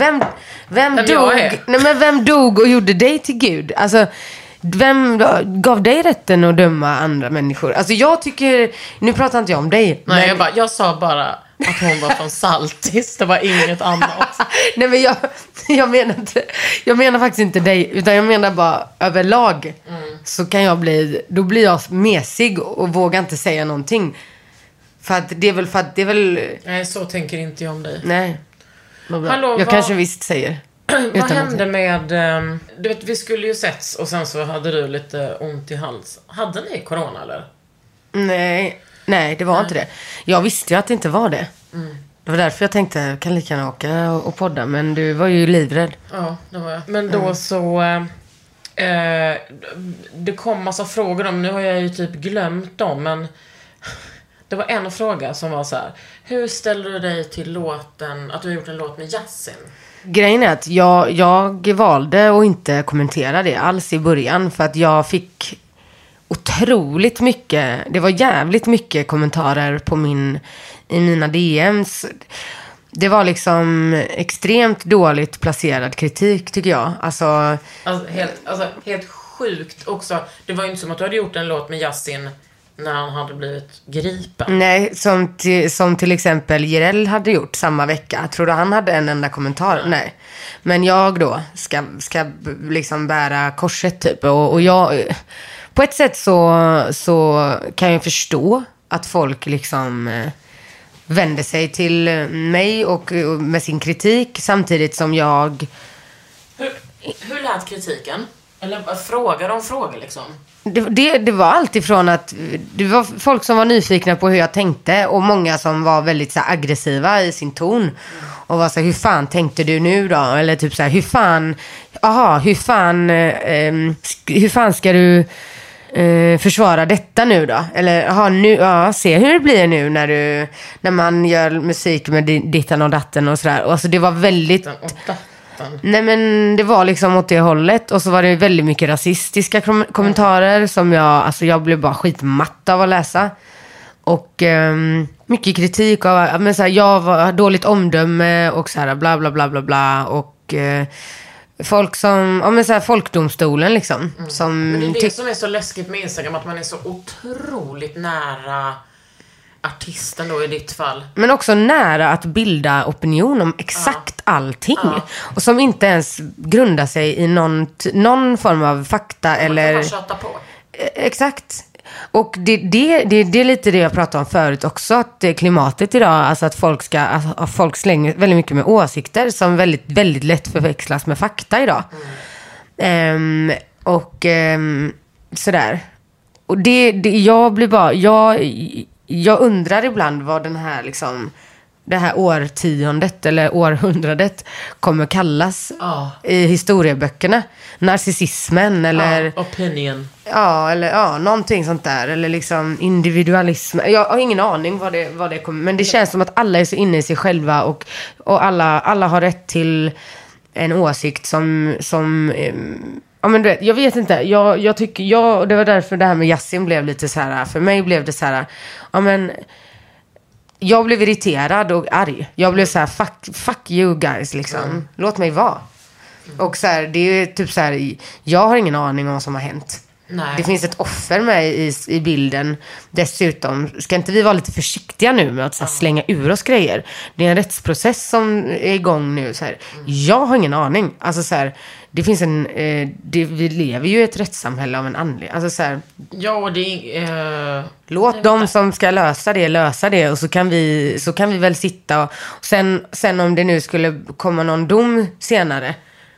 Vem dog och gjorde dig till Gud? Alltså, vem gav dig rätten att döma andra människor? Alltså jag tycker... Nu pratar inte jag om dig. Nej, men... jag sa bara att hon var från Saltis. Det var inget annat. Nej, men jag menar faktiskt inte dig. Utan jag menar bara överlag. Så kan jag då blir jag mesig och vågar inte säga någonting. För att det är väl... Nej, så tänker inte jag om dig. Nej. Hallå, jag kanske visst säger... Vad hände med... Du vet, vi skulle ju setts och sen så hade du lite ont i hals. Hade ni corona eller? Nej, det var inte det. Jag visste ju att det inte var det. Det var därför jag tänkte, jag kan lika gärna åka och podda. Men du var ju livrädd. Ja, det var jag. Men då så... det kom massa frågor om... Nu har jag ju typ glömt dem, men... Det var en fråga som var så här: hur ställer du dig till låten, att du har gjort en låt med Yasin? Grejen är att jag valde att inte kommentera det alls i början. För att jag fick otroligt mycket... Det var jävligt mycket kommentarer i mina DMs. Det var liksom extremt dåligt placerad kritik, tycker jag. Alltså helt sjukt också. Det var ju inte som att du hade gjort en låt med Yasin när han hade blivit gripen. Nej, som till exempel Jireel hade gjort samma vecka. Tror du han hade en enda kommentar? Nej. Men jag då ska liksom bära korset typ. Och jag... På ett sätt så kan jag förstå att folk liksom vänder sig till mig och med sin kritik. Samtidigt som jag... Hur lät kritiken? Eller frågar de frågor liksom? Det var allt ifrån att det var folk som var nyfikna på hur jag tänkte och många som var väldigt så här, aggressiva i sin ton och var så här, hur fan tänkte du nu då? Eller typ så här, hur fan ska du försvara detta nu då? Eller se hur det blir nu när man gör musik med dittan och datten och sådär. Alltså det var väldigt... Nej, men det var liksom åt det hållet. Och så var det väldigt mycket rasistiska kommentarer som jag blev bara skitmatt av att läsa. Och mycket kritik av, men så här, jag var dåligt omdöme och så här bla bla bla bla bla. Och folk som, men så här, folkdomstolen liksom. Men det är det som är så läskigt med Instagram, att man är så otroligt nära artisten då i ditt fall. Men också nära att bilda opinion om exakt allting. Och som inte ens grundar sig i någon form av fakta. Man eller... kan bara köta på. Exakt. Och det är lite det jag pratade om förut också. Att klimatet idag, alltså att folk slänger väldigt mycket med åsikter som väldigt, väldigt lätt förväxlas med fakta idag. Sådär. Och jag blir bara... Jag undrar ibland vad den här liksom det här årtiondet eller århundradet kommer kallas i historieböckerna. Narcissismen eller... opinion. Ja, eller någonting sånt där. Eller liksom individualism. Jag har ingen aning vad det kommer. Men det känns som att alla är så inne i sig själva. Och alla har rätt till en åsikt som ja, men du vet, jag vet inte. Jag tycker, det var därför det här med Yasin blev lite så här. För mig blev det så här, ja men... Jag blev irriterad och arg. Jag blev så här, fuck you guys liksom. Låt mig vara. Och så här, det är typ så här, jag har ingen aning om vad som har hänt. Nej. Det finns ett offer med i bilden. Dessutom, ska inte vi vara lite försiktiga nu med att så här, slänga ur oss grejer? Det är en rättsprocess som är igång nu. Så här. Jag har ingen aning. Alltså så här, det finns vi lever ju i ett rättssamhälle av en anledning. Alltså så här, ja, det är... låt dem som ska lösa det. Och så kan vi väl sitta. Och sen om det nu skulle komma någon dom senare.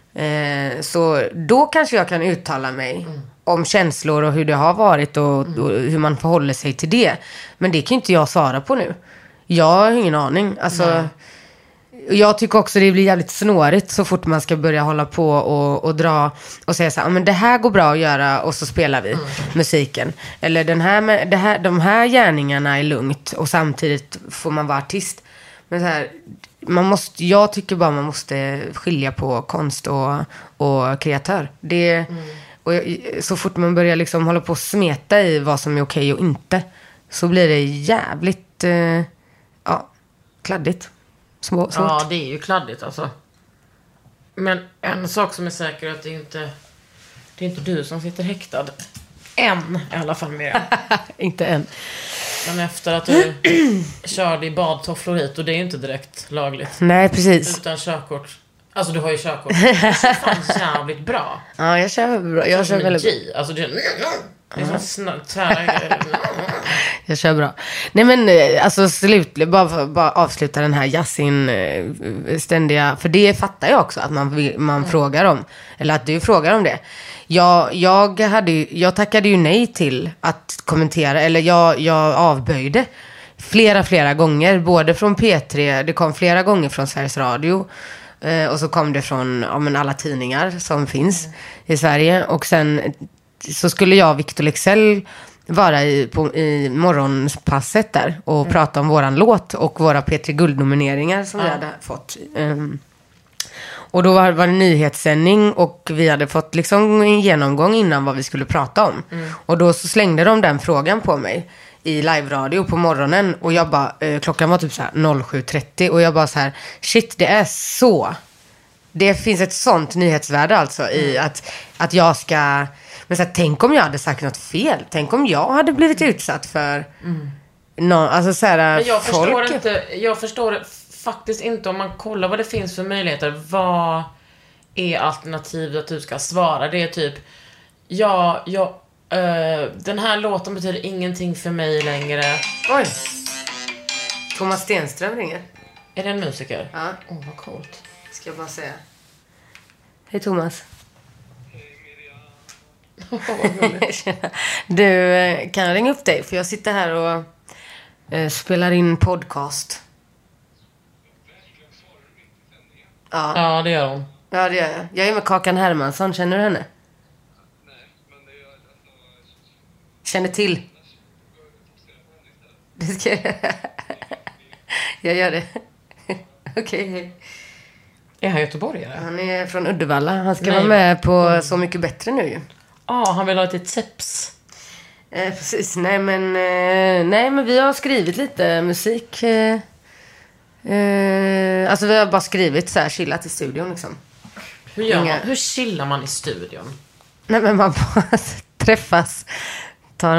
Så då kanske jag kan uttala mig om känslor och hur det har varit och hur man förhåller sig till det. Men det kan inte jag svara på nu. Jag har ingen aning. Alltså, jag tycker också det blir jävligt snårigt så fort man ska börja hålla på och dra och säga så här, men det här går bra att göra och så spelar vi musiken. Eller de här gärningarna är lugnt och samtidigt får man vara artist. Men så här, jag tycker bara man måste skilja på konst och kreatör. Och så fort man börjar liksom hålla på att smeta i vad som är okej och inte, så blir det jävligt kladdigt. Svårt. Ja, det är ju kladdigt alltså. Men en sak som är säker är att det är inte du som sitter häktad. Än i alla fall mer. Inte än. Men efter att du körde i badtofflor hit, och det är ju inte direkt lagligt. Nej, precis. Utan körkort. Alltså du har ju körkort. Det är fan jävligt bra. Ja, jag kör bra. Jag kör väldigt bra. Alltså det är så tvära. Jag kör bra. Nej men alltså slutligen bara avsluta den här Yasin ständiga, för det fattar jag också att man frågar om, eller att du frågar om det. Jag tackade ju nej till att kommentera, eller jag avböjde flera gånger, både från P3, det kom flera gånger från Sveriges Radio. Och så kom det från alla tidningar som finns i Sverige. Och sen så skulle jag och Victor Leksell vara i morgonpasset där och prata om våran låt och våra P3 Guldnomineringar som vi hade fått. Och då var det nyhetssändning och vi hade fått liksom en genomgång innan vad vi skulle prata om. Och då så slängde de den frågan på mig i live-radio på morgonen. Och jag bara, klockan var typ så här 07:30. Och jag bara så här, shit, det är så. Det finns ett sånt nyhetsvärde alltså i att jag ska... Men så här, tänk om jag hade sagt något fel. Tänk om jag hade blivit utsatt för någon, alltså så här, men folk. Jag förstår faktiskt inte om man kollar vad det finns för möjligheter. Vad är alternativet att du ska svara? Det är typ, den här låten betyder ingenting för mig längre. Oj. Thomas Stenström ringer. Är det en musiker? Ja. Vad coolt. Ska jag bara säga. Hej Thomas. Du, kan jag ringa upp dig? För jag sitter här och spelar in podcast. Ja, det gör hon. Ja, det gör jag. Jag är med Kakan Hermansson. Känner du henne? Nej, men det gör Känner till. Det ska jag gör det. Okej, hej. Är han göteborgare? Han är från Uddevalla. Han ska vara med på Så mycket bättre nu ju. Han vill ha lite tips. Precis. Nej, men vi har skrivit lite musik. Alltså vi har bara skrivit så här, chillat i studion liksom. Hur chillar man i studion? Nej, men man bara träffas, tar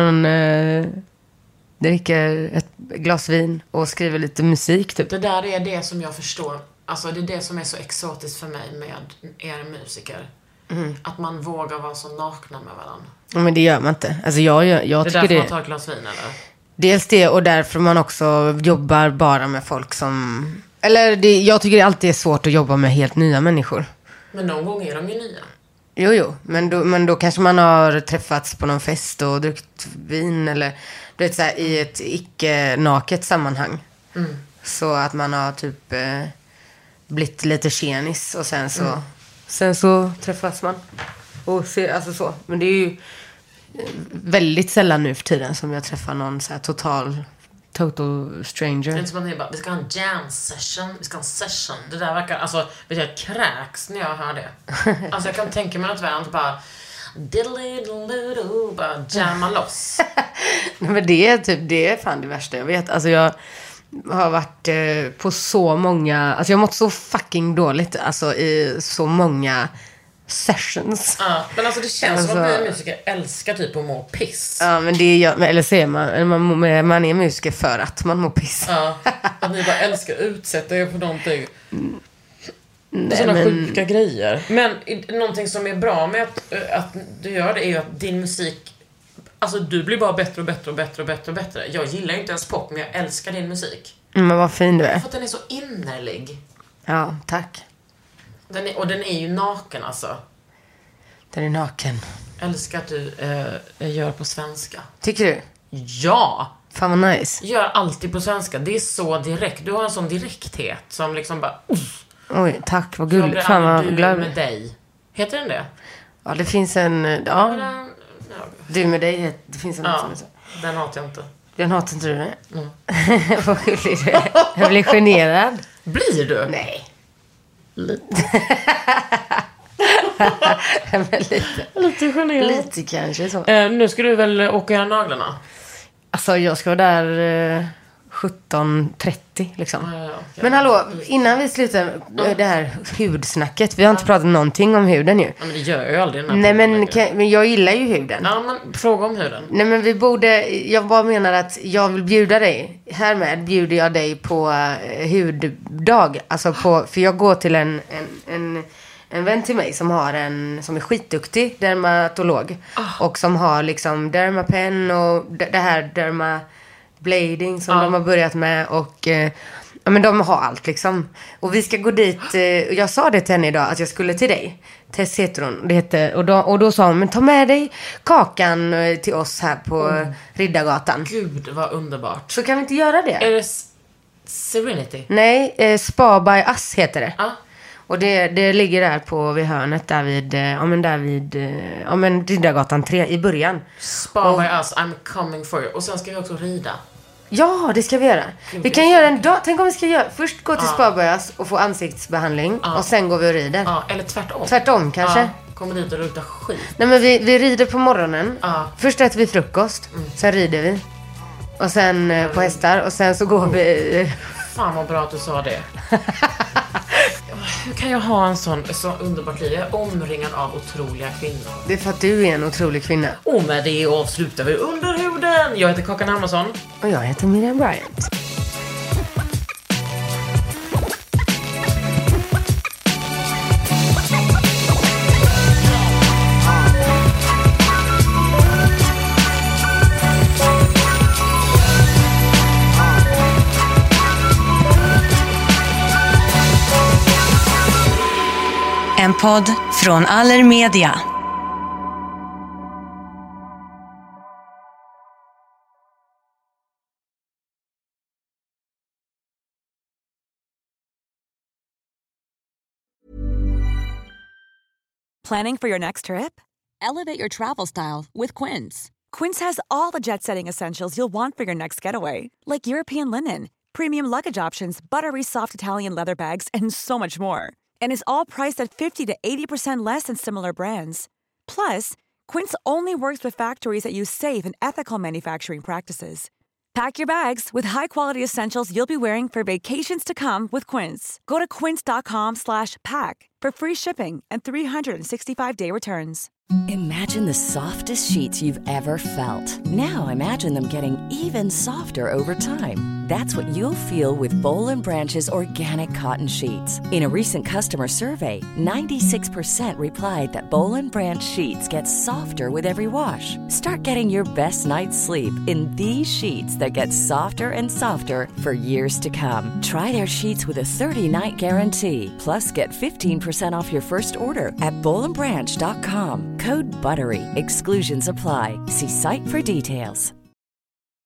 dricker ett glas vin och skriver lite musik typ. Det där är det som jag förstår. Alltså det är det som är så exotiskt för mig med er musiker. Att man vågar vara så nakna med varandra. Men det gör man inte. Alltså jag det är tycker därför man tar ett glas vin, eller? Dels det, och därför man också jobbar bara med folk som... jag tycker det alltid är svårt att jobba med helt nya människor. Men någon gång är de ju nya. Jo, men då kanske man har träffats på någon fest och druckit vin eller du vet, så här, i ett icke-naket sammanhang. Så att man har typ blivit lite tjenis. Och sen så träffas man. Och ser, alltså så. Men det är ju väldigt sällan nu för tiden som jag träffar någon så här total stranger. Det är som att ni bara, vi ska ha en jam session. Vi ska ha en session. Det där verkar, alltså, vet jag kräks när jag hör det. Alltså jag kan tänka mig att vänta bara bara jamma loss. Men det är fan det värsta jag vet. Alltså jag har varit på så många, alltså jag har mått så fucking dåligt alltså i så många sessions. Ja, men alltså det känns som att vi musiker älskar typ att må piss. Ja, men det är eller säger man är musiker för att man mår piss. Ja, att ni bara älskar att utsätta er för någonting. Sådana sjuka grejer. Men någonting som är bra med att du gör det är ju att din musik, alltså du blir bara bättre och bättre och bättre och bättre och bättre. Jag gillar ju inte ens pop, men jag älskar din musik. Men vad fin du är. För att den är så innerlig. Ja, tack. Den är ju naken alltså. Den är naken. Jag älskar att du gör på svenska. Tycker du? Ja! Fan vad nice. Gör alltid på svenska. Det är så direkt. Du har en sån direkthet som liksom bara... Oj, tack. Vad gulligt. Fan vad glad. Du med dig. Heter den det? Ja, det finns en... Ja. Du med dig. Det finns en som är så. Den hatar jag inte. Den hatar inte du det? Vad gulligt du är. Jag blir generad. Blir du? Nej. Lite. Lite generad. Lite kanske så. Nu ska du väl åka och göra naglarna? Alltså jag ska vara där 17:30 liksom. Okay. Men hallå, innan vi slutar det här hudsnacket. Vi har inte pratat någonting om huden ju. Ja, men det gör jag ju aldrig. Nej men jag gillar ju huden. Ja, men fråga om huden. Nej men jag bara menar att jag vill bjuda dig. Härmed bjuder jag dig på huddag. Alltså för jag går till en vän till mig som är skitduktig dermatolog. Och som har liksom dermapen och det här dermablading som de har börjat med. Och ja, men de har allt liksom. Och vi ska gå dit. Jag sa det till henne idag att jag skulle till dig. Tess heter hon. Det heter, och då sa hon, men ta med dig Kakan till oss här på Riddargatan. Gud, vad underbart. Så kan vi inte göra det? Är det Serenity? Nej, Spa by Us heter det. Ja. Och det ligger där vid hörnet där vid Riddargatan 3 i början. Spa by Us, I'm coming for you. Och sen ska vi också rida. Ja, det ska vi göra. Vi kan göra en dag. Tänk om vi ska först gå till Spa by Us och få ansiktsbehandling. Och sen går vi och rider. Ja, eller tvärtom. Tvärtom kanske. Ja, kommer dit och luktar skit. Nej, men vi rider på morgonen. Ja. Först äter vi frukost. Sen rider vi. Och sen på hästar. Och sen så går vi... Fan vad bra att du sa det. Hur kan jag ha så underbart liv? Jag är omringad av otroliga kvinnor. Det är för att du är en otrolig kvinna. Och med det avslutar vi under huden. Jag heter Kakan Hermansson. Och jag heter Miriam Bryant. En podd från Allermedia. Planning for your next trip? Elevate your travel style with Quince. Quince has all the jet-setting essentials you'll want for your next getaway, like European linen, premium luggage options, buttery soft Italian leather bags, and so much more. And is all priced at 50 to 80% less than similar brands. Plus, Quince only works with factories that use safe and ethical manufacturing practices. Pack your bags with high-quality essentials you'll be wearing for vacations to come with Quince. Go to quince.com/pack for free shipping and 365-day returns. Imagine the softest sheets you've ever felt. Now imagine them getting even softer over time. That's what you'll feel with Boll & Branch's organic cotton sheets. In a recent customer survey, 96% replied that Boll & Branch sheets get softer with every wash. Start getting your best night's sleep in these sheets that get softer and softer for years to come. Try their sheets with a 30-night guarantee. Plus, get 15% off your first order at bollandbranch.com. Code BUTTERY. Exclusions apply. See site for details.